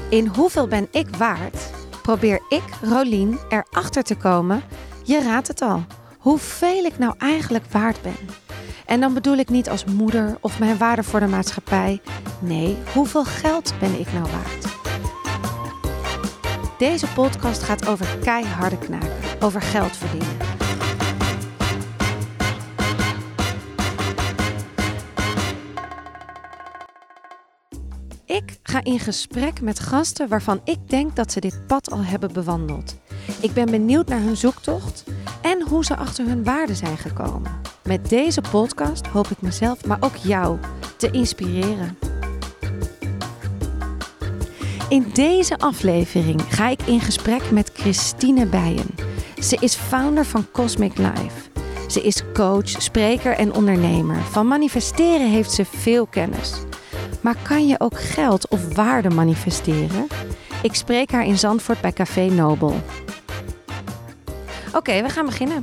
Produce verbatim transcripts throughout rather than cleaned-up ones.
In Hoeveel ben ik waard? Probeer ik, Rolien, erachter te komen, je raadt het al, hoeveel ik nou eigenlijk waard ben. En dan bedoel ik niet als moeder of mijn waarde voor de maatschappij. Nee, hoeveel geld ben ik nou waard? Deze podcast gaat over keiharde knaken, over geld verdienen. Ik ga in gesprek met gasten waarvan ik denk dat ze dit pad al hebben bewandeld. Ik ben benieuwd naar hun zoektocht en hoe ze achter hun waarde zijn gekomen. Met deze podcast hoop ik mezelf, maar ook jou, te inspireren. In deze aflevering ga ik in gesprek met Christine Bijen. Ze is founder van Cosmic Life. Ze is coach, spreker en ondernemer. Van manifesteren heeft ze veel kennis. Maar kan je ook geld of waarde manifesteren? Ik spreek haar in Zandvoort bij Café Nobel. Oké, okay, we gaan beginnen.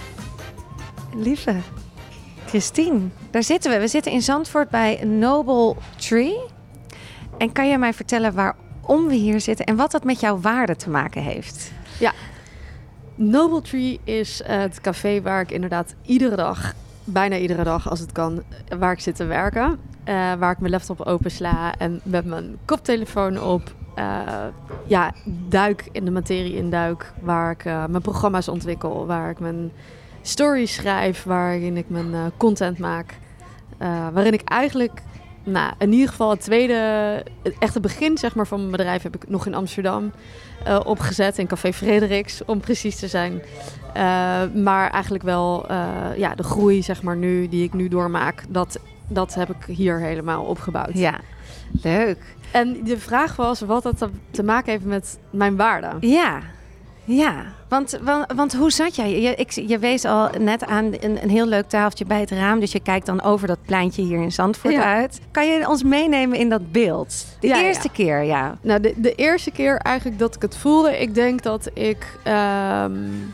Lieve Christine, daar zitten we. We zitten in Zandvoort bij Noble Tree. En kan je mij vertellen waarom we hier zitten en wat dat met jouw waarde te maken heeft? Ja, Noble Tree is het café waar ik inderdaad iedere dag, bijna iedere dag als het kan, waar ik zit te werken. Uh, waar ik mijn laptop opensla en met mijn koptelefoon op uh, ja, duik in de materie induik. Waar ik uh, mijn programma's ontwikkel, waar ik mijn stories schrijf, waarin ik mijn uh, content maak. Uh, waarin ik eigenlijk, nou, in ieder geval het tweede, het echte begin zeg maar, van mijn bedrijf heb ik nog in Amsterdam uh, opgezet. In Café Frederiks, om precies te zijn. Uh, maar eigenlijk wel uh, ja, de groei zeg maar, nu, die ik nu doormaak, dat... Dat heb ik hier helemaal opgebouwd. Ja, leuk. En de vraag was wat dat te maken heeft met mijn waarde. Ja, ja. Want, want, want hoe zat jij? Je, ik, je wees al net aan een, een heel leuk tafeltje bij het raam. Dus je kijkt dan over dat pleintje hier in Zandvoort ja. uit. Kan je ons meenemen in dat beeld? De ja, eerste ja. keer, ja. Nou, de, de eerste keer eigenlijk dat ik het voelde. Ik denk dat ik... Um,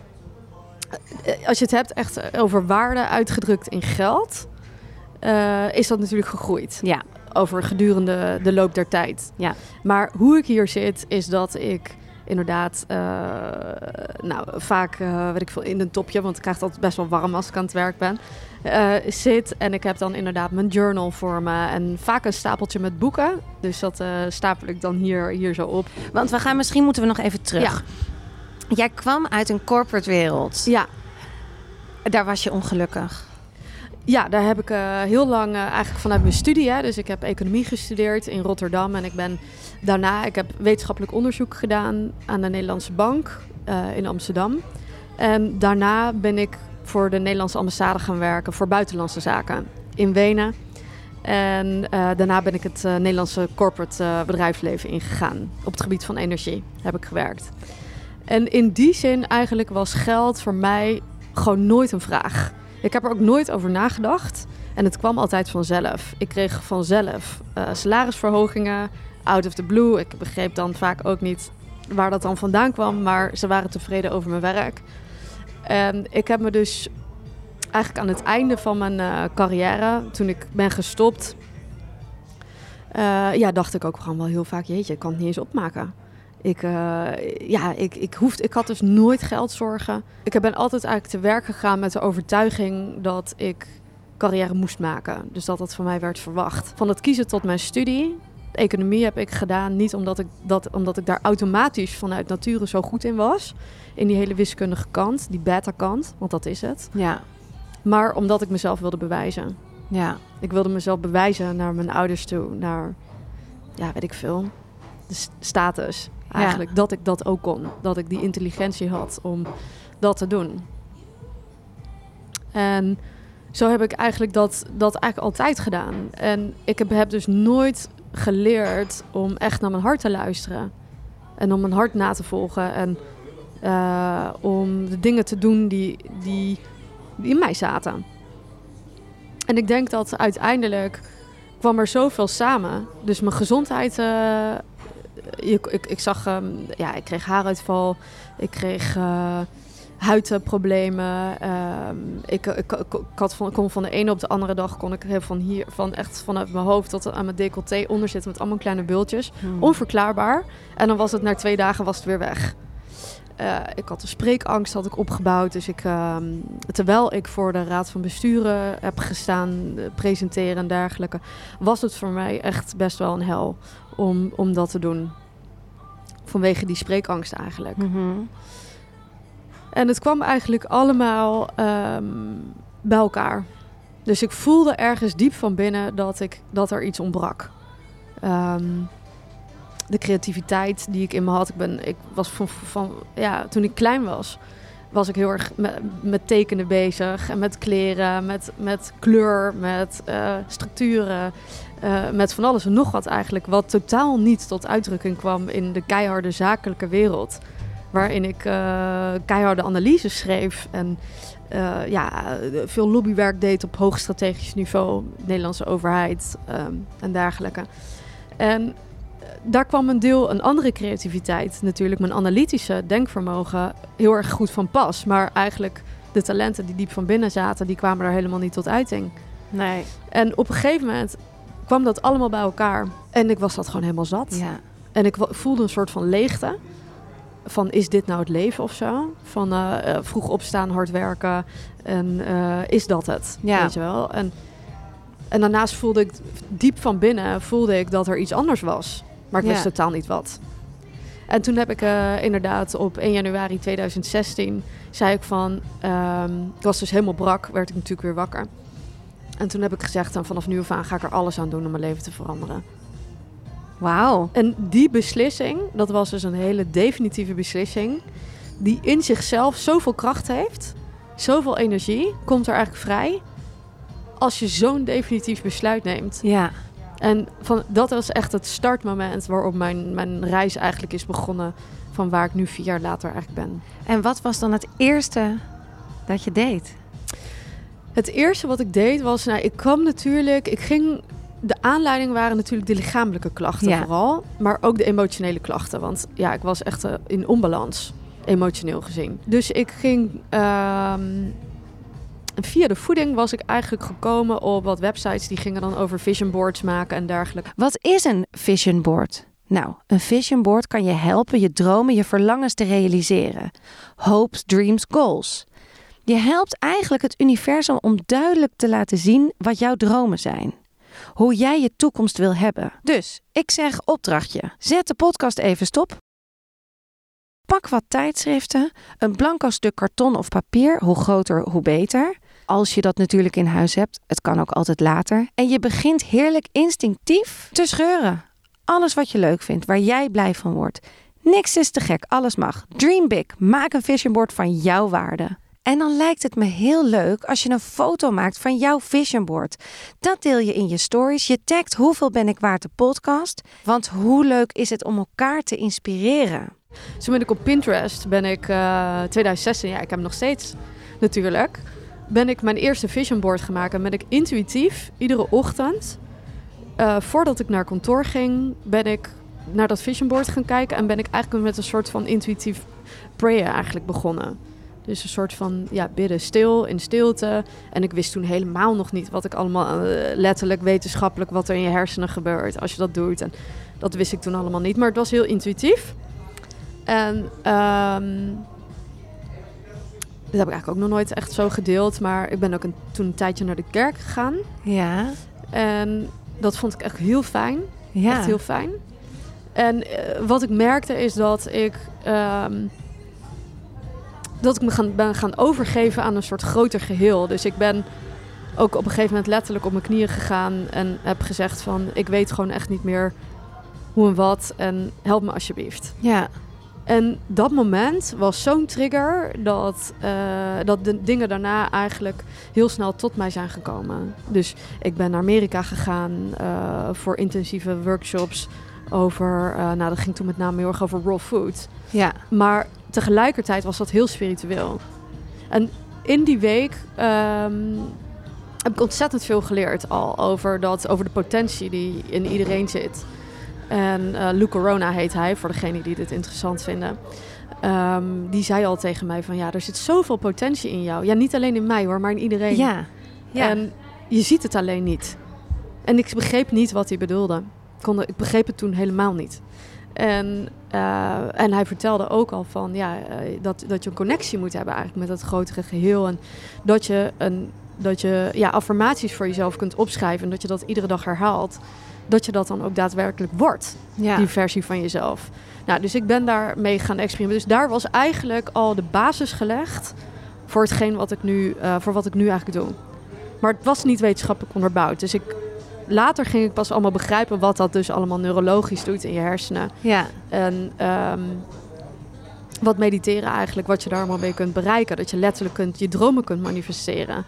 als je het hebt echt over waarde uitgedrukt in geld... Uh, is dat natuurlijk gegroeid. Ja. Over gedurende de loop der tijd. Ja. Maar hoe ik hier zit, is dat ik inderdaad uh, nou, vaak uh, weet ik veel, in een topje, want ik krijg het altijd best wel warm als ik aan het werk ben, uh, zit. En ik heb dan inderdaad mijn journal voor me en vaak een stapeltje met boeken. Dus dat uh, stapel ik dan hier, hier zo op. Want we gaan, misschien moeten we nog even terug. Ja. Jij kwam uit een corporate wereld. Ja. Daar was je ongelukkig. Ja, daar heb ik uh, heel lang uh, eigenlijk vanuit mijn studie. Hè, dus ik heb economie gestudeerd in Rotterdam. En ik ben daarna, ik heb wetenschappelijk onderzoek gedaan aan de Nederlandse Bank uh, in Amsterdam. En daarna ben ik voor de Nederlandse ambassade gaan werken voor buitenlandse zaken in Wenen. En uh, daarna ben ik het uh, Nederlandse corporate uh, bedrijfsleven ingegaan. Op het gebied van energie heb ik gewerkt. En in die zin eigenlijk was geld voor mij gewoon nooit een vraag. Ik heb er ook nooit over nagedacht. En het kwam altijd vanzelf. Ik kreeg vanzelf uh, salarisverhogingen, out of the blue. Ik begreep dan vaak ook niet waar dat dan vandaan kwam. Maar ze waren tevreden over mijn werk. En ik heb me dus eigenlijk aan het einde van mijn uh, carrière, toen ik ben gestopt, uh, ja, dacht ik ook gewoon wel heel vaak, jeetje, ik kan het niet eens opmaken. Ik, uh, ja, ik, ik, hoefde, ik had dus nooit geldzorgen. Ik ben altijd eigenlijk te werk gegaan met de overtuiging dat ik carrière moest maken. Dus dat dat van mij werd verwacht. Van het kiezen tot mijn studie. Economie heb ik gedaan niet omdat ik, dat, omdat ik daar automatisch vanuit nature zo goed in was. In die hele wiskundige kant, die beta-kant, want dat is het. Ja. Maar omdat ik mezelf wilde bewijzen. Ja. Ik wilde mezelf bewijzen naar mijn ouders toe, naar, ja, weet ik veel, de status. Eigenlijk, ja. Dat ik dat ook kon. Dat ik die intelligentie had om dat te doen. En zo heb ik eigenlijk dat, dat eigenlijk altijd gedaan. En ik heb, heb dus nooit geleerd om echt naar mijn hart te luisteren. En om mijn hart na te volgen. En uh, om de dingen te doen die, die, die in mij zaten. En ik denk dat uiteindelijk kwam er zoveel samen. Dus mijn gezondheid... Uh, Ik, ik, ik zag, um, ja, ik kreeg haaruitval, ik kreeg uh, huidproblemen. Uh, ik, ik, ik, ik had van, kon van de ene op de andere dag kon ik van hier, van echt vanuit mijn hoofd tot aan mijn decolleté onder zitten met allemaal kleine bultjes. Hmm. Onverklaarbaar. En dan was het na twee dagen was het weer weg. Uh, ik had een spreekangst had ik opgebouwd. Dus ik, uh, terwijl ik voor de raad van besturen heb gestaan, uh, presenteren en dergelijke, was het voor mij echt best wel een hel om, om dat te doen. Vanwege die spreekangst eigenlijk. Mm-hmm. En het kwam eigenlijk allemaal um, bij elkaar. Dus ik voelde ergens diep van binnen dat, ik, dat er iets ontbrak. Um, de creativiteit die ik in me had. Ik, ben, ik was van, van, ja, toen ik klein was, was ik heel erg met, met tekenen bezig. En met kleren, met, met kleur, met uh, structuren. Uh, met van alles en nog wat eigenlijk. Wat totaal niet tot uitdrukking kwam in de keiharde zakelijke wereld. Waarin ik uh, keiharde analyses schreef en uh, ja, veel lobbywerk deed op hoog strategisch niveau. Nederlandse overheid um, en dergelijke. En daar kwam een deel, een andere creativiteit natuurlijk, mijn analytische denkvermogen, heel erg goed van pas. Maar eigenlijk de talenten die diep van binnen zaten, die kwamen er helemaal niet tot uiting. Nee. En op een gegeven moment kwam dat allemaal bij elkaar. En ik was dat gewoon helemaal zat. Ja. En ik voelde een soort van leegte. Van, is dit nou het leven of zo? Van uh, uh, vroeg opstaan, hard werken. En uh, is dat het? Ja. Weet je wel? En, en daarnaast voelde ik, diep van binnen, voelde ik dat er iets anders was. Maar ik ja. wist totaal niet wat. En toen heb ik uh, inderdaad op één januari tweeduizend zestien... zei ik van... Um, ik was dus helemaal brak, werd ik natuurlijk weer wakker. En toen heb ik gezegd, en vanaf nu af aan ga ik er alles aan doen om mijn leven te veranderen. Wauw. En die beslissing, dat was dus een hele definitieve beslissing, die in zichzelf zoveel kracht heeft, zoveel energie, komt er eigenlijk vrij als je zo'n definitief besluit neemt. Ja. En van, dat was echt het startmoment waarop mijn, mijn reis eigenlijk is begonnen, van waar ik nu vier jaar later eigenlijk ben. En wat was dan het eerste dat je deed? Het eerste wat ik deed was, nou, ik kwam natuurlijk, ik ging... De aanleiding waren natuurlijk de lichamelijke klachten ja. vooral, maar ook de emotionele klachten. Want ja, ik was echt uh, in onbalans, emotioneel gezien. Dus ik ging... Uh, via de voeding was ik eigenlijk gekomen op wat websites die gingen dan over vision boards maken en dergelijke. Wat is een vision board? Nou, een vision board kan je helpen je dromen, je verlangens te realiseren. Hopes, dreams, goals. Je helpt eigenlijk het universum om duidelijk te laten zien wat jouw dromen zijn. Hoe jij je toekomst wil hebben. Dus, ik zeg opdrachtje. Zet de podcast even stop. Pak wat tijdschriften, een blanco stuk karton of papier, hoe groter hoe beter. Als je dat natuurlijk in huis hebt, het kan ook altijd later. En je begint heerlijk instinctief te scheuren. Alles wat je leuk vindt, waar jij blij van wordt. Niks is te gek, alles mag. Dream big, maak een vision board van jouw waarde. En dan lijkt het me heel leuk als je een foto maakt van jouw vision board. Dat deel je in je stories. Je tagt Hoeveel ben ik waard de podcast. Want hoe leuk is het om elkaar te inspireren? Toen ben ik op Pinterest, ben ik uh, tweeduizend zestien, ja, ik heb hem nog steeds natuurlijk, ben ik mijn eerste vision board gemaakt. En ben ik intuïtief iedere ochtend, uh, voordat ik naar kantoor ging, ben ik naar dat vision board gaan kijken. En ben ik eigenlijk met een soort van intuïtief prayer eigenlijk begonnen. Dus een soort van ja, bidden stil, in stilte. En ik wist toen helemaal nog niet wat ik allemaal uh, letterlijk wetenschappelijk wat er in je hersenen gebeurt als je dat doet. En dat wist ik toen allemaal niet, maar het was heel intuïtief. En um, dat heb ik eigenlijk ook nog nooit echt zo gedeeld. Maar ik ben ook een, toen een tijdje naar de kerk gegaan. Ja. En dat vond ik echt heel fijn. Ja. Echt heel fijn. En uh, wat ik merkte is dat ik... Um, dat ik me gaan, ben gaan overgeven aan een soort groter geheel. Dus ik ben ook op een gegeven moment letterlijk op mijn knieën gegaan en heb gezegd van, ik weet gewoon echt niet meer hoe en wat en help me alsjeblieft. Ja. En dat moment was zo'n trigger dat, uh, dat de dingen daarna eigenlijk heel snel tot mij zijn gekomen. Dus ik ben naar Amerika gegaan uh, voor intensieve workshops over, uh, nou dat ging toen met name heel erg over raw food. Ja. Maar tegelijkertijd was dat heel spiritueel. En in die week um, heb ik ontzettend veel geleerd al over, dat, over de potentie die in iedereen zit. En uh, Lou Corona heet hij, voor degenen die dit interessant vinden. Um, die zei al tegen mij van ja, er zit zoveel potentie in jou. Ja, niet alleen in mij hoor, maar in iedereen. Ja. Ja. En je ziet het alleen niet. En ik begreep niet wat hij bedoelde. Ik, kon, ik begreep het toen helemaal niet. En, uh, en hij vertelde ook al van ja, uh, dat, dat je een connectie moet hebben eigenlijk met dat grotere geheel. En dat je, een, dat je ja, affirmaties voor jezelf kunt opschrijven. En dat je dat iedere dag herhaalt. Dat je dat dan ook daadwerkelijk wordt. Ja. Die versie van jezelf. Nou, dus ik ben daarmee gaan experimenteren. Dus daar was eigenlijk al de basis gelegd voor hetgeen wat ik nu, uh, voor wat ik nu eigenlijk doe. Maar het was niet wetenschappelijk onderbouwd. Dus ik, later ging ik pas allemaal begrijpen wat dat dus allemaal neurologisch doet in je hersenen. Ja. En um, wat mediteren eigenlijk, wat je daar allemaal mee kunt bereiken. Dat je letterlijk kunt, je dromen kunt manifesteren.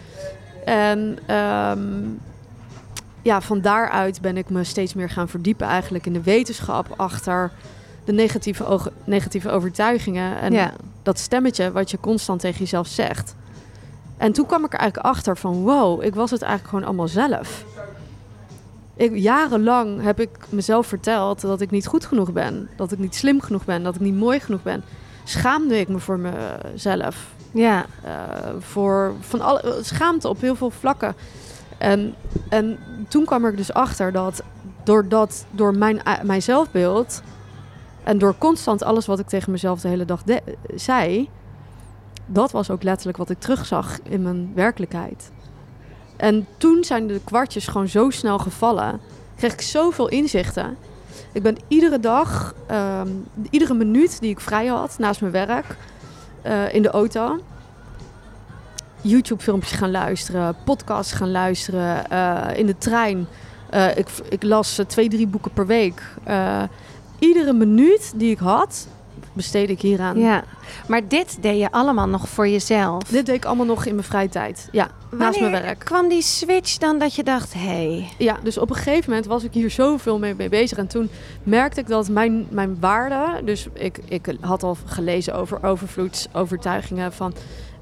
En um, ja, van daaruit ben ik me steeds meer gaan verdiepen eigenlijk in de wetenschap achter de negatieve, oge- negatieve overtuigingen. En ja. dat stemmetje wat je constant tegen jezelf zegt. En toen kwam ik er eigenlijk achter van wow, ik was het eigenlijk gewoon allemaal zelf. Ik, jarenlang heb ik mezelf verteld dat ik niet goed genoeg ben. Dat ik niet slim genoeg ben, dat ik niet mooi genoeg ben. Schaamde ik me voor mezelf. Ja. Uh, voor van alle, schaamte op heel veel vlakken. En, en toen kwam ik dus achter dat door, dat, door mijn, uh, mijn zelfbeeld en door constant alles wat ik tegen mezelf de hele dag de- zei, dat was ook letterlijk wat ik terugzag in mijn werkelijkheid. En toen zijn de kwartjes gewoon zo snel gevallen. Kreeg ik zoveel inzichten. Ik ben iedere dag, um, iedere minuut die ik vrij had naast mijn werk, uh, in de auto, YouTube-filmpjes gaan luisteren, podcasts gaan luisteren, uh, in de trein. Uh, ik, ik las uh, twee, drie boeken per week. Uh, iedere minuut die ik had, besteed ik hieraan. Ja, maar dit deed je allemaal nog voor jezelf? Dit deed ik allemaal nog in mijn vrije tijd, ja, Wanneer naast mijn werk. Kwam die switch dan dat je dacht, hé... Hey. Ja, dus op een gegeven moment was ik hier zoveel mee, mee bezig. En toen merkte ik dat mijn, mijn waarde... Dus ik, ik had al gelezen over overvloedsovertuigingen van...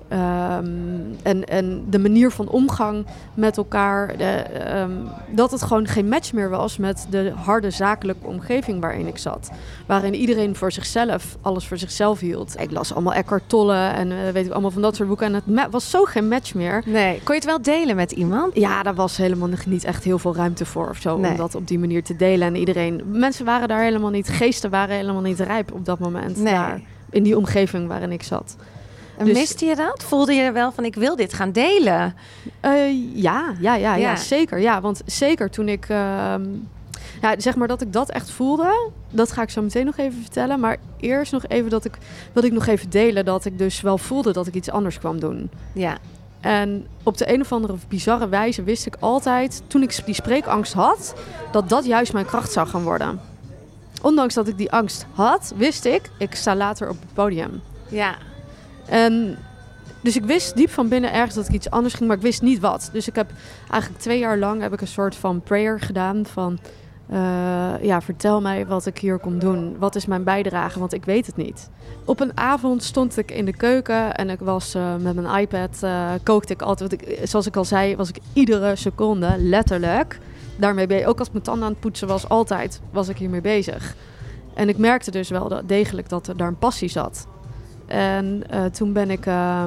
Um, en, en de manier van omgang met elkaar, de, um, dat het gewoon geen match meer was met de harde zakelijke omgeving waarin ik zat. Waarin iedereen voor zichzelf, alles voor zichzelf hield. Ik las allemaal Eckhart Tolle en uh, weet ik allemaal van dat soort boeken. En het ma- was zo geen match meer. Nee. Kon je het wel delen met iemand? Ja, daar was helemaal niet echt heel veel ruimte voor of zo, nee. om dat op die manier te delen. En iedereen, mensen waren daar helemaal niet, geesten waren helemaal niet rijp op dat moment. Nee. Daar, in die omgeving waarin ik zat. En dus, miste je dat? Voelde je er wel van, ik wil dit gaan delen? Uh, ja, ja, ja, ja, ja, zeker. Ja, want zeker toen ik... Uh, ja, zeg maar dat ik dat echt voelde, dat ga ik zo meteen nog even vertellen. Maar eerst nog even dat ik... wilde ik nog even delen dat ik dus wel voelde dat ik iets anders kwam doen. Ja. En op de een of andere bizarre wijze wist ik altijd, toen ik die spreekangst had, dat dat juist mijn kracht zou gaan worden. Ondanks dat ik die angst had, wist ik, ik sta later op het podium. Ja. En dus ik wist diep van binnen ergens dat ik iets anders ging, maar ik wist niet wat. Dus ik heb eigenlijk twee jaar lang heb ik een soort van prayer gedaan van... Uh, ja, vertel mij wat ik hier kom doen. Wat is mijn bijdrage, want ik weet het niet. Op een avond stond ik in de keuken en ik was uh, met mijn iPad, uh, kookte ik altijd. Ik, zoals ik al zei, was ik iedere seconde, letterlijk, daarmee bezig. Ook als ik mijn tanden aan het poetsen was, altijd was ik hiermee bezig. En ik merkte dus wel dat, degelijk dat er daar een passie zat. En uh, toen ben ik, uh,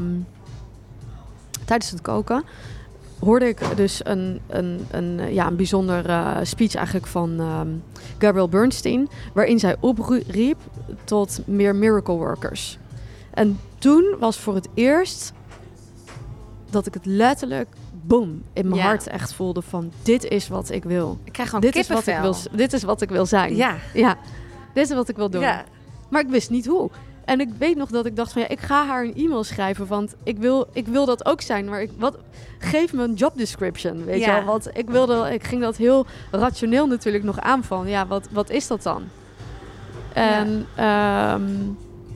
tijdens het koken, hoorde ik dus een, een, een, ja, een bijzonder uh, speech eigenlijk van um, Gabrielle Bernstein, waarin zij opriep tot meer miracle workers. En toen was voor het eerst dat ik het letterlijk, boom, in mijn ja. hart echt voelde van dit is wat ik wil. Ik krijg gewoon dit kippenvel. Is wat ik wil, dit is wat ik wil zijn. Ja. Ja, dit is wat ik wil doen. Ja. Maar ik wist niet hoe. En ik weet nog dat ik dacht van ja, ik ga haar een e-mail schrijven, want ik wil, ik wil dat ook zijn. Maar ik, wat, geef me een job description, weet ja. je wel. Want ik wilde, ik ging dat heel rationeel natuurlijk nog aan van ja, wat, wat is dat dan? En, ja. um,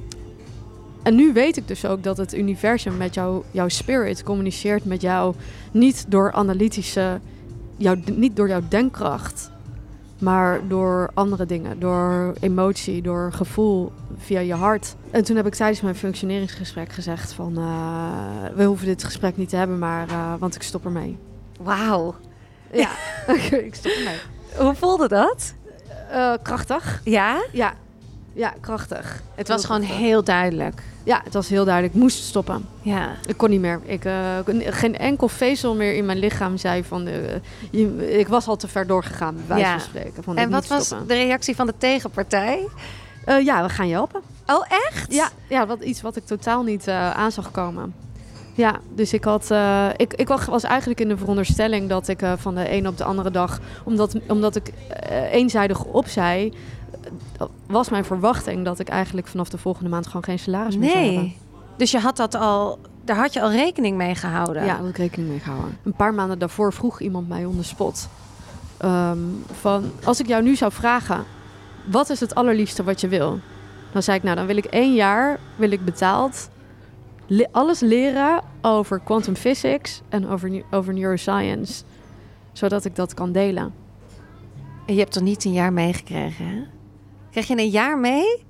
en nu weet ik dus ook dat het universum met jou, jouw spirit communiceert met jou niet door analytische, jou, niet door jouw denkkracht, maar door andere dingen, door emotie, door gevoel via je hart. En toen heb ik tijdens mijn functioneringsgesprek gezegd van uh, we hoeven dit gesprek niet te hebben, maar uh, want ik stop ermee. Wauw. Ja, ik stop ermee. Hoe voelde dat? Uh, krachtig. Ja? Ja. Ja, krachtig. Het was gewoon heel duidelijk. Ja, het was heel duidelijk. Ik moest stoppen. Ja. Ik kon niet meer. Ik, uh, geen enkel vezel meer in mijn lichaam zei van... Uh, je, ik was al te ver doorgegaan, bij wijze ja. van spreken. Van, en wat was de reactie van de tegenpartij? Uh, ja, we gaan je helpen. Oh, echt? Ja, ja wat, iets wat ik totaal niet uh, aan zag komen. Ja, dus ik had, uh, ik, ik was eigenlijk in de veronderstelling dat ik uh, van de ene op de andere dag, omdat, omdat ik uh, eenzijdig opzei, uh, was mijn verwachting dat ik eigenlijk vanaf de volgende maand gewoon geen salaris meer zou hebben. Nee, dus je had dat al, daar had je al rekening mee gehouden? Ja, daar had ik rekening mee gehouden. Een paar maanden daarvoor vroeg iemand mij on the spot um, van, als ik jou nu zou vragen, wat is het allerliefste wat je wil? Dan zei ik, nou, dan wil ik één jaar, wil ik betaald Le- alles leren over quantum physics en over, over neuroscience. Zodat ik dat kan delen. En je hebt toch niet een jaar meegekregen, hè? Kreeg je een jaar mee?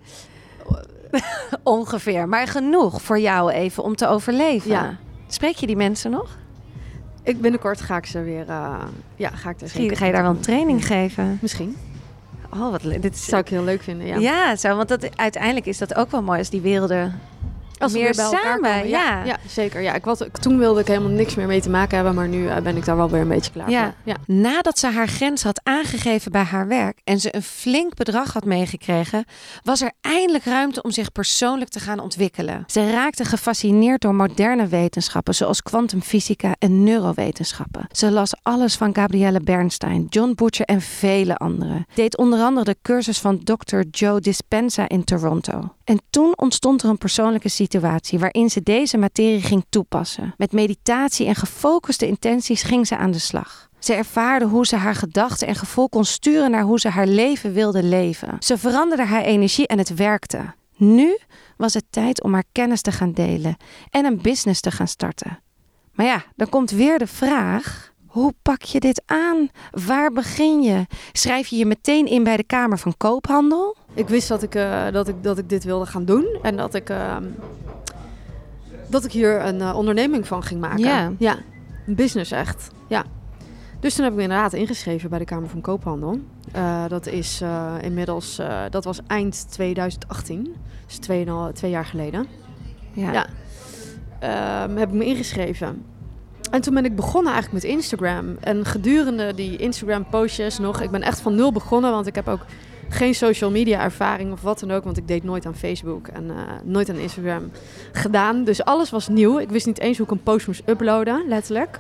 Ongeveer, maar genoeg voor jou even om te overleven. Ja. Spreek je die mensen nog? Ik binnenkort ga ik ze weer... Uh, ja, ga ik er zeker. Ga je daar wel een training ja. geven? Misschien. Oh, wat le- dit is... zou ik heel leuk vinden, ja. Ja, zo, want dat, uiteindelijk is dat ook wel mooi als die werelden... Als we meer weer bij elkaar samen, komen. Ja, ja. ja, zeker. Ja, ik was, toen wilde ik helemaal niks meer mee te maken hebben, maar nu uh, ben ik daar wel weer een beetje klaar ja. voor. Ja. Nadat ze haar grens had aangegeven bij haar werk en ze een flink bedrag had meegekregen, was er eindelijk ruimte om zich persoonlijk te gaan ontwikkelen. Ze raakte gefascineerd door moderne wetenschappen, zoals kwantumfysica en neurowetenschappen. Ze las alles van Gabrielle Bernstein, John Butcher en vele anderen. Deed onder andere de cursus van dokter Joe Dispenza in Toronto. En toen ontstond er een persoonlijke situatie waarin ze deze materie ging toepassen. Met meditatie en gefocuste intenties ging ze aan de slag. Ze ervaarde hoe ze haar gedachten en gevoel kon sturen naar hoe ze haar leven wilde leven. Ze veranderde haar energie en het werkte. Nu was het tijd om haar kennis te gaan delen en een business te gaan starten. Maar ja, dan komt weer de vraag: hoe pak je dit aan? Waar begin je? Schrijf je je meteen in bij de Kamer van Koophandel? Ik wist dat ik, uh, dat, ik, dat ik dit wilde gaan doen en dat ik, uh, dat ik hier een uh, onderneming van ging maken. Ja. ja, een business echt. Ja. Dus toen heb ik me inderdaad ingeschreven bij de Kamer van Koophandel. Uh, dat is uh, inmiddels, uh, dat was eind tweeduizend achttien, dus twee, twee jaar geleden. Ja. ja. Uh, heb ik me ingeschreven. En toen ben ik begonnen eigenlijk met Instagram. En gedurende die Instagram postjes nog, ik ben echt van nul begonnen, want ik heb ook geen social media ervaring of wat dan ook, want ik deed nooit aan Facebook en uh, nooit aan Instagram gedaan. Dus alles was nieuw. Ik wist niet eens hoe ik een post moest uploaden, letterlijk.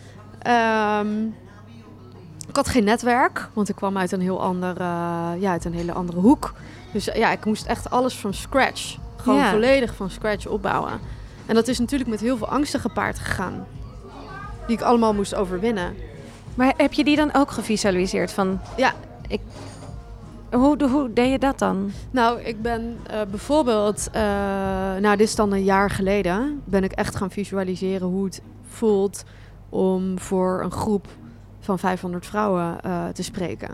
Um, ik had geen netwerk, want ik kwam uit een heel andere, uh, ja, uit een hele andere hoek. Dus uh, ja, ik moest echt alles van scratch, gewoon ja. volledig van scratch opbouwen. En dat is natuurlijk met heel veel angsten gepaard gegaan, die ik allemaal moest overwinnen. Maar heb je die dan ook gevisualiseerd van? Ja, ik. Hoe, hoe deed je dat dan? Nou, ik ben uh, bijvoorbeeld, uh, nou dit is dan een jaar geleden, ben ik echt gaan visualiseren hoe het voelt om voor een groep van vijfhonderd vrouwen uh, te spreken.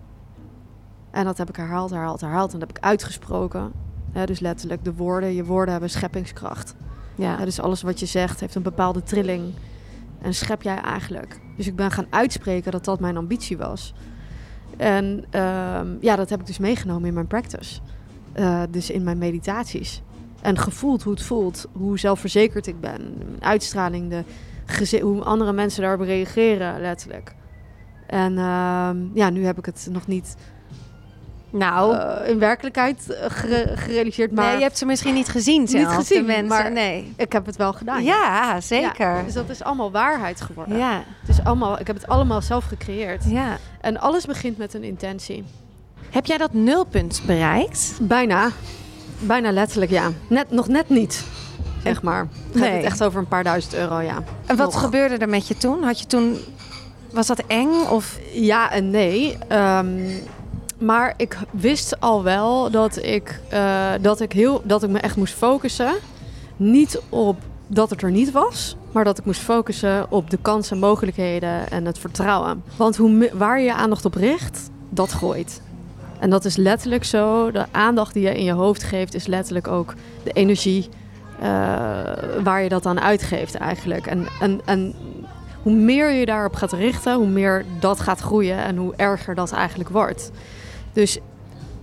En dat heb ik herhaald, herhaald, herhaald en dat heb ik uitgesproken. Ja, dus letterlijk de woorden, je woorden hebben scheppingskracht. Ja. Ja, dus alles wat je zegt heeft een bepaalde trilling en schep jij eigenlijk. Dus ik ben gaan uitspreken dat dat mijn ambitie was. En um, ja, dat heb ik dus meegenomen in mijn practice. Uh, dus in mijn meditaties. En gevoeld hoe het voelt, hoe zelfverzekerd ik ben. Mijn uitstraling, de geze- hoe andere mensen daarop reageren, letterlijk. En uh, ja, nu heb ik het nog niet nou, uh, in werkelijkheid gere- gerealiseerd. Maar nee, je hebt ze misschien niet gezien zelf, niet gezien, de mensen. maar nee. ik heb het wel gedaan. Ja, zeker. Ja, dus dat is allemaal waarheid geworden. Ja. Het is allemaal, ik heb het allemaal zelf gecreëerd. Ja. En alles begint met een intentie. Heb jij dat nulpunt bereikt? Bijna. Bijna letterlijk, ja. Net, nog net niet, zeg maar. Het gaat Nee. het echt over een paar duizend euro, ja. En wat nog. gebeurde er met je toen? Had je toen... Was dat eng? Of... Ja en nee. Um, maar ik wist al wel dat ik, uh, dat, ik heel, dat ik me echt moest focussen. Niet op dat het er niet was, maar dat ik moest focussen op de kansen en mogelijkheden en het vertrouwen. Want hoe me, waar je je aandacht op richt, dat groeit. En dat is letterlijk zo. De aandacht die je in je hoofd geeft is letterlijk ook de energie uh, waar je dat aan uitgeeft eigenlijk. En, en, en hoe meer je daarop gaat richten, hoe meer dat gaat groeien en hoe erger dat eigenlijk wordt. Dus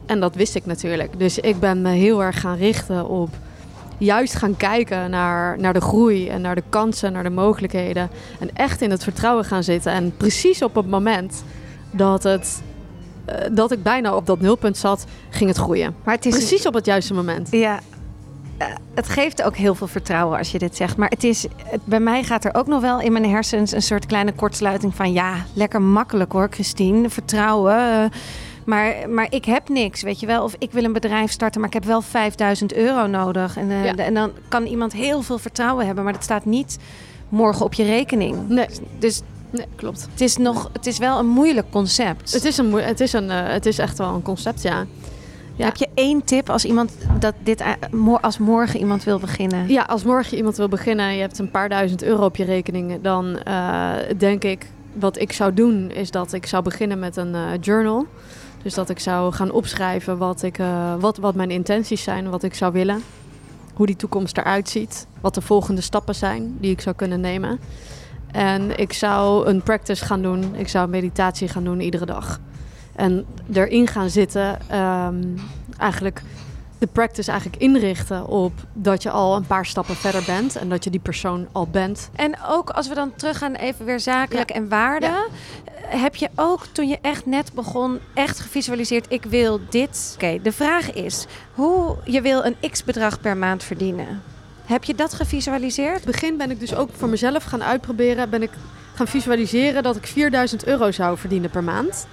En dat wist ik natuurlijk. Dus ik ben me heel erg gaan richten op juist gaan kijken naar, naar de groei en naar de kansen, naar de mogelijkheden. En echt in het vertrouwen gaan zitten. En precies op het moment dat, het, uh, dat ik bijna op dat nulpunt zat, ging het groeien. Maar het is precies op het juiste moment. Ja, uh, het geeft ook heel veel vertrouwen als je dit zegt. Maar het is, het, bij mij gaat er ook nog wel in mijn hersens een soort kleine kortsluiting van... ja, lekker makkelijk hoor, Christine. Vertrouwen... Uh, Maar, maar ik heb niks, weet je wel. Of ik wil een bedrijf starten, maar ik heb wel vijfduizend euro nodig. En, uh, ja. en dan kan iemand heel veel vertrouwen hebben, maar dat staat niet morgen op je rekening. Nee. Dus nee, klopt. Het is, nog, het is wel een moeilijk concept. Het is, een, het, is een, uh, het is echt wel een concept, ja. Ja. Heb je één tip als iemand dat dit als morgen iemand wil beginnen? Ja, als morgen iemand wil beginnen en je hebt een paar duizend euro op je rekening, dan uh, denk ik, wat ik zou doen, is dat ik zou beginnen met een uh, journal. Dus dat ik zou gaan opschrijven wat, ik, uh, wat, wat mijn intenties zijn, wat ik zou willen. Hoe die toekomst eruit ziet. Wat de volgende stappen zijn die ik zou kunnen nemen. En ik zou een practice gaan doen. Ik zou meditatie gaan doen iedere dag. En erin gaan zitten. Um, eigenlijk de practice eigenlijk inrichten op dat je al een paar stappen verder bent. En dat je die persoon al bent. En ook als we dan teruggaan even weer zakelijk ja. en waarde. Ja. Heb je ook toen je echt net begon echt gevisualiseerd, ik wil dit. Oké, okay, de vraag is hoe je wil een x-bedrag per maand verdienen. Heb je dat gevisualiseerd? In het begin ben ik dus ook voor mezelf gaan uitproberen. Ben ik gaan visualiseren dat ik vierduizend euro zou verdienen per maand.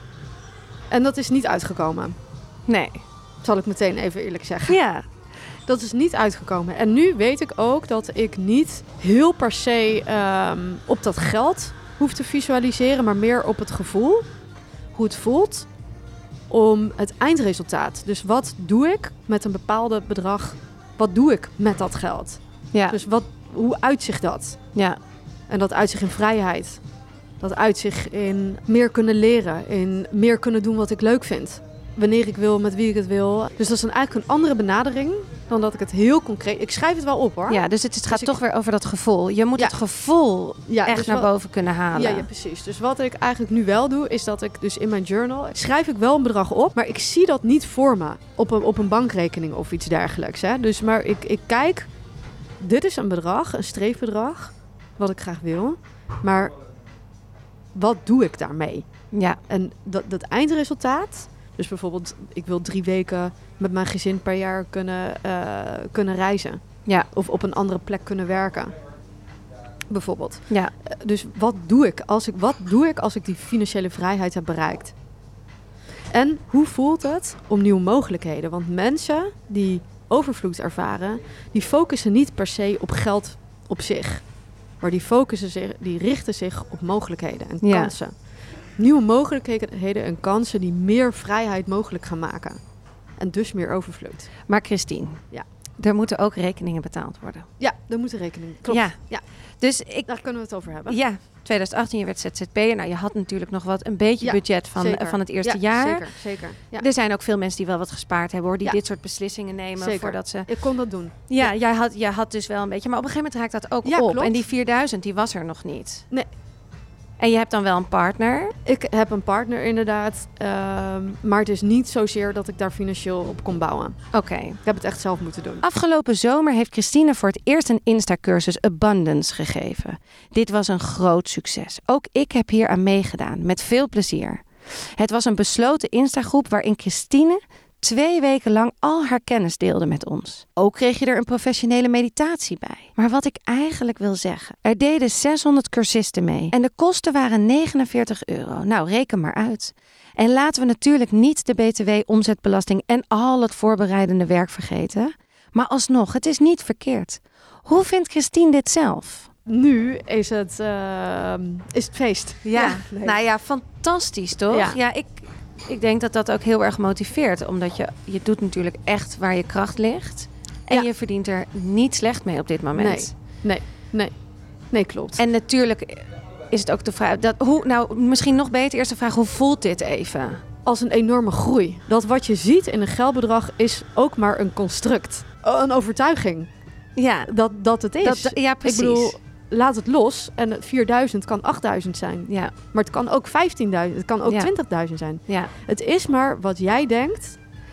En dat is niet uitgekomen. Nee. Zal ik meteen even eerlijk zeggen. Ja. Dat is niet uitgekomen. En nu weet ik ook dat ik niet heel per se um, op dat geld hoef te visualiseren, maar meer op het gevoel. Hoe het voelt om het eindresultaat. Dus wat doe ik met een bepaalde bedrag? Wat doe ik met dat geld? Ja. Dus wat, hoe uitzicht dat? Ja. En dat uitzicht in vrijheid. Dat uitzicht in meer kunnen leren. In meer kunnen doen wat ik leuk vind. Wanneer ik wil, met wie ik het wil. Dus dat is dan eigenlijk een andere benadering dan dat ik het heel concreet... Ik schrijf het wel op hoor. Ja, dus het, het gaat dus toch ik... weer over dat gevoel. Je moet ja. het gevoel ja, echt dus naar wat... boven kunnen halen. Ja, ja, precies. Dus wat ik eigenlijk nu wel doe, is dat ik dus in mijn journal... schrijf ik wel een bedrag op, maar ik zie dat niet voor me. Op een, op een bankrekening of iets dergelijks. Hè? Dus maar ik, ik kijk, dit is een bedrag, een streefbedrag, wat ik graag wil. Maar wat doe ik daarmee? Ja. En dat, dat eindresultaat... Dus bijvoorbeeld, ik wil drie weken met mijn gezin per jaar kunnen, uh, kunnen reizen. Ja. Of op een andere plek kunnen werken. Bijvoorbeeld. Ja. Uh, dus wat doe ik als ik, wat doe ik als ik die financiële vrijheid heb bereikt? En hoe voelt het om nieuwe mogelijkheden? Want mensen die overvloed ervaren, die focussen niet per se op geld op zich. Maar die focussen zich, die richten zich op mogelijkheden en ja. kansen. Nieuwe mogelijkheden en kansen die meer vrijheid mogelijk gaan maken. En dus meer overvloed. Maar Christine, ja. er moeten ook rekeningen betaald worden. Ja, er moeten rekeningen. Klopt. Ja. Ja. Dus ik, daar kunnen we het over hebben. Ja, twintig achttien, je werd Z Z P'er. Nou, je had natuurlijk nog wat een beetje ja, budget van, uh, van het eerste ja, jaar. Zeker, zeker. Ja. Er zijn ook veel mensen die wel wat gespaard hebben, hoor. Die ja. dit soort beslissingen nemen. Zeker. Voordat ze... Ik kon dat doen. Ja, ja. Jij, had, jij had dus wel een beetje... Maar op een gegeven moment raakt dat ook ja, op. Klopt. En die vierduizend, die was er nog niet. Nee. En je hebt dan wel een partner? Ik heb een partner inderdaad. Uh, maar het is niet zozeer dat ik daar financieel op kon bouwen. Oké. Okay. Ik heb het echt zelf moeten doen. Afgelopen zomer heeft Christine voor het eerst een Insta-cursus Abundance gegeven. Dit was een groot succes. Ook ik heb hier aan meegedaan, met veel plezier. Het was een besloten Insta-groep waarin Christine twee weken lang al haar kennis deelde met ons. Ook kreeg je er een professionele meditatie bij. Maar wat ik eigenlijk wil zeggen, er deden zeshonderd cursisten mee en de kosten waren negenenveertig euro. Nou, reken maar uit. En laten we natuurlijk niet de B T W-omzetbelasting en al het voorbereidende werk vergeten. Maar alsnog, het is niet verkeerd. Hoe vindt Christine dit zelf? Nu is het, uh, is het feest. Ja, ja nee. Nou ja, fantastisch toch? Ja, ja ik... Ik denk dat dat ook heel erg motiveert. Omdat je, je doet natuurlijk echt waar je kracht ligt. En ja. je verdient er niet slecht mee op dit moment. Nee, nee, nee. Nee, klopt. En natuurlijk is het ook de vraag... Dat, hoe, nou, misschien nog beter eerst de vraag, hoe voelt dit even? Als een enorme groei. Dat wat je ziet in een geldbedrag is ook maar een construct. Een overtuiging. Ja. Dat, dat het is. Dat, ja, precies. Ik bedoel, laat het los en vierduizend kan achtduizend zijn. Ja. Maar het kan ook vijftienduizend, het kan ook ja. twintigduizend zijn. Ja. Het is maar wat jij denkt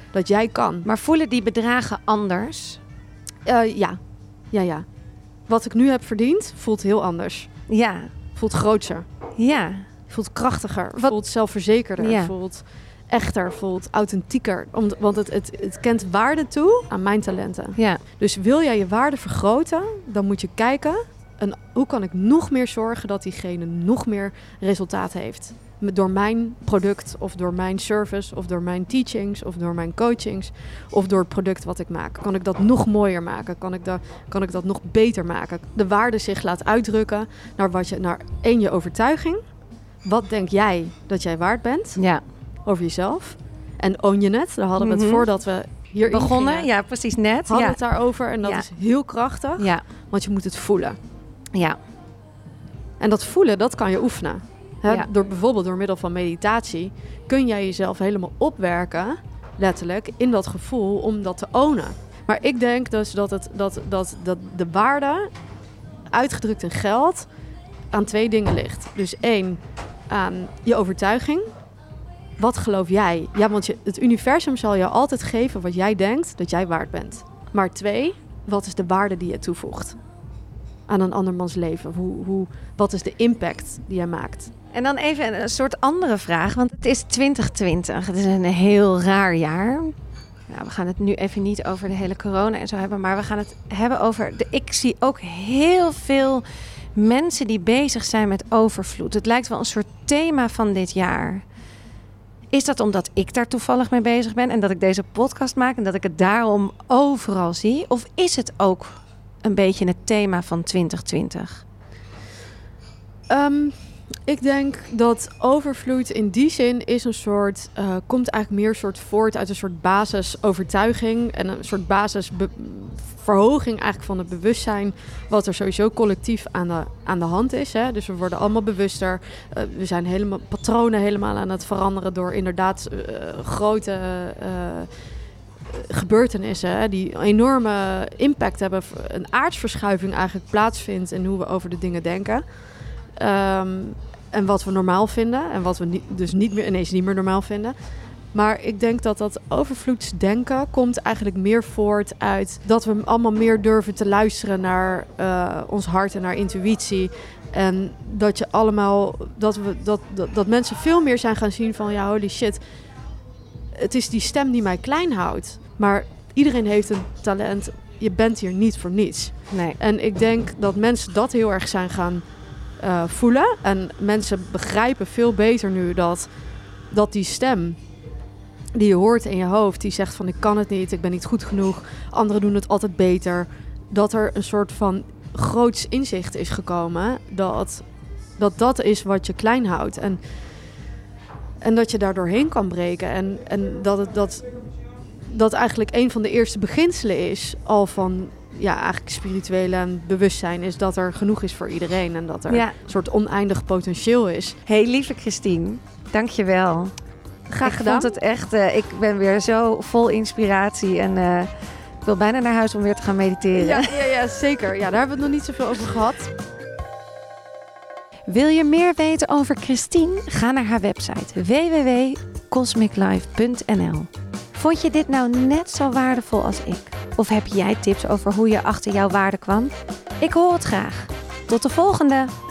dat jij kan. Maar voelen die bedragen anders? Uh, ja, ja, ja. Wat ik nu heb verdiend, voelt heel anders. Ja. Voelt grootser. Ja. Voelt krachtiger. Wat? Voelt zelfverzekerder. Ja. Voelt echter. Voelt authentieker. Om, want het, het, het kent waarde toe aan mijn talenten. Ja. Dus wil jij je waarde vergroten, dan moet je kijken... En hoe kan ik nog meer zorgen dat diegene nog meer resultaat heeft? Door mijn product of door mijn service of door mijn teachings of door mijn coachings of door het product wat ik maak. Kan ik dat nog mooier maken? Kan ik, da- kan ik dat nog beter maken? De waarde zich laat uitdrukken naar wat je, naar één, je overtuiging. Wat denk jij dat jij waard bent? Ja. Over jezelf. En own je het. Daar hadden we het Mm-hmm. voordat we hier begonnen. gingen, Ja, precies net. hadden Ja. we het daarover. En dat Ja. is heel krachtig. Ja. Want je moet het voelen. Ja. En dat voelen, dat kan je oefenen. Hè? Ja. Door, bijvoorbeeld door middel van meditatie kun jij jezelf helemaal opwerken, letterlijk, in dat gevoel om dat te ownen. Maar ik denk dus dat, het, dat, dat, dat de waarde, uitgedrukt in geld, aan twee dingen ligt. Dus één, aan je overtuiging. Wat geloof jij? Ja, want je, het universum zal je altijd geven wat jij denkt dat jij waard bent. Maar twee, wat is de waarde die je toevoegt aan een andermans leven? Hoe, hoe, wat is de impact die jij maakt? En dan even een soort andere vraag, want het is twintig twintig. Het is een heel raar jaar. Nou, we gaan het nu even niet over de hele corona en zo hebben, maar we gaan het hebben over... De, ik zie ook heel veel mensen die bezig zijn met overvloed. Het lijkt wel een soort thema van dit jaar. Is dat omdat ik daar toevallig mee bezig ben en dat ik deze podcast maak en dat ik het daarom overal zie? Of is het ook een beetje het thema van twintig twintig? Um, ik denk dat overvloed in die zin is een soort, uh, komt eigenlijk meer soort voort uit een soort basisovertuiging en een soort basisverhoging eigenlijk van het bewustzijn, wat er sowieso collectief aan de, aan de hand is. Hè? Dus we worden allemaal bewuster. Uh, we zijn helemaal patronen helemaal aan het veranderen door inderdaad uh, grote uh, gebeurtenissen hè, die een enorme impact hebben. Een aardsverschuiving eigenlijk plaatsvindt in hoe we over de dingen denken. Um, en wat we normaal vinden. En wat we niet, dus niet meer, ineens niet meer normaal vinden. Maar ik denk dat dat overvloedsdenken komt eigenlijk meer voort uit dat we allemaal meer durven te luisteren naar uh, ons hart en naar intuïtie. En dat je allemaal, dat we dat, dat, dat mensen veel meer zijn gaan zien van ja, holy shit. Het is die stem die mij klein houdt. Maar iedereen heeft een talent. Je bent hier niet voor niets. Nee. En ik denk dat mensen dat heel erg zijn gaan uh, voelen. En mensen begrijpen veel beter nu dat, dat die stem die je hoort in je hoofd, die zegt van ik kan het niet, ik ben niet goed genoeg, anderen doen het altijd beter. Dat er een soort van groots inzicht is gekomen dat dat, dat is wat je klein houdt. En, en dat je daar doorheen kan breken. En, en dat het dat, dat eigenlijk een van de eerste beginselen is al van ja, eigenlijk spirituele en bewustzijn is dat er genoeg is voor iedereen en dat er ja. een soort oneindig potentieel is. Hey, lieve Christine, dank je wel. Graag ik gedaan. vond het echt, uh, ik ben weer zo vol inspiratie en uh, ik wil bijna naar huis om weer te gaan mediteren. Ja, ja, ja, zeker. Ja, daar hebben we het nog niet zoveel over gehad. Wil je meer weten over Christine? Ga naar haar website w w w punt cosmic life punt n l. Vond je dit nou net zo waardevol als ik? Of heb jij tips over hoe je achter jouw waarde kwam? Ik hoor het graag. Tot de volgende!